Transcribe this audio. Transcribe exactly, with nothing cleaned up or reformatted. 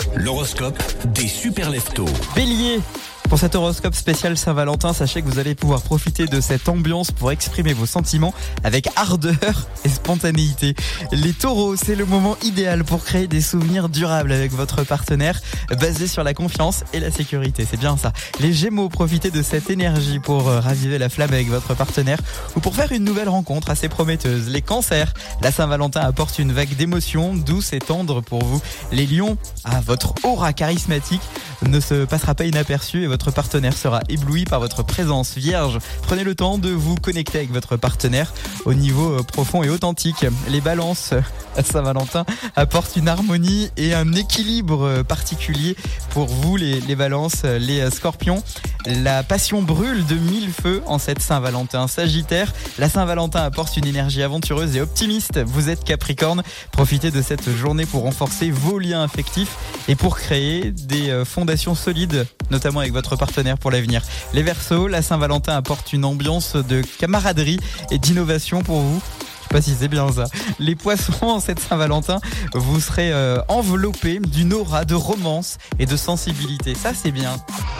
L'horoscope des super leftos. Bélier, pour cet horoscope spécial Saint-Valentin, sachez que vous allez pouvoir profiter de cette ambiance pour exprimer vos sentiments avec ardeur et spontanéité. Les taureaux, c'est le moment idéal pour créer des souvenirs durables avec votre partenaire, basés sur la confiance et la sécurité. C'est bien ça. Les gémeaux, profitez de cette énergie pour raviver la flamme avec votre partenaire ou pour faire une nouvelle rencontre assez prometteuse. Les cancers, la Saint-Valentin apporte une vague d'émotions douce et tendre pour vous. Les lions, ah, votre aura charismatique ne se passera pas inaperçue et votre partenaire sera ébloui par votre présence. Vierge, prenez le temps de vous connecter avec votre partenaire au niveau profond et authentique. Les balances, à Saint-Valentin apporte une harmonie et un équilibre particulier pour vous les, les balances. Les scorpions, la passion brûle de mille feux en cette Saint-Valentin. Sagittaire, la Saint-Valentin apporte une énergie aventureuse et optimiste. Vous êtes Capricorne, profitez de cette journée pour renforcer vos liens affectifs et pour créer des fondations solides, notamment avec votre partenaire pour l'avenir. Les Verseaux, la Saint-Valentin apporte une ambiance de camaraderie et d'innovation pour vous. Je sais pas si c'est bien ça. Les Poissons, en cette Saint-Valentin, vous serez euh, enveloppés d'une aura de romance et de sensibilité. Ça, c'est bien.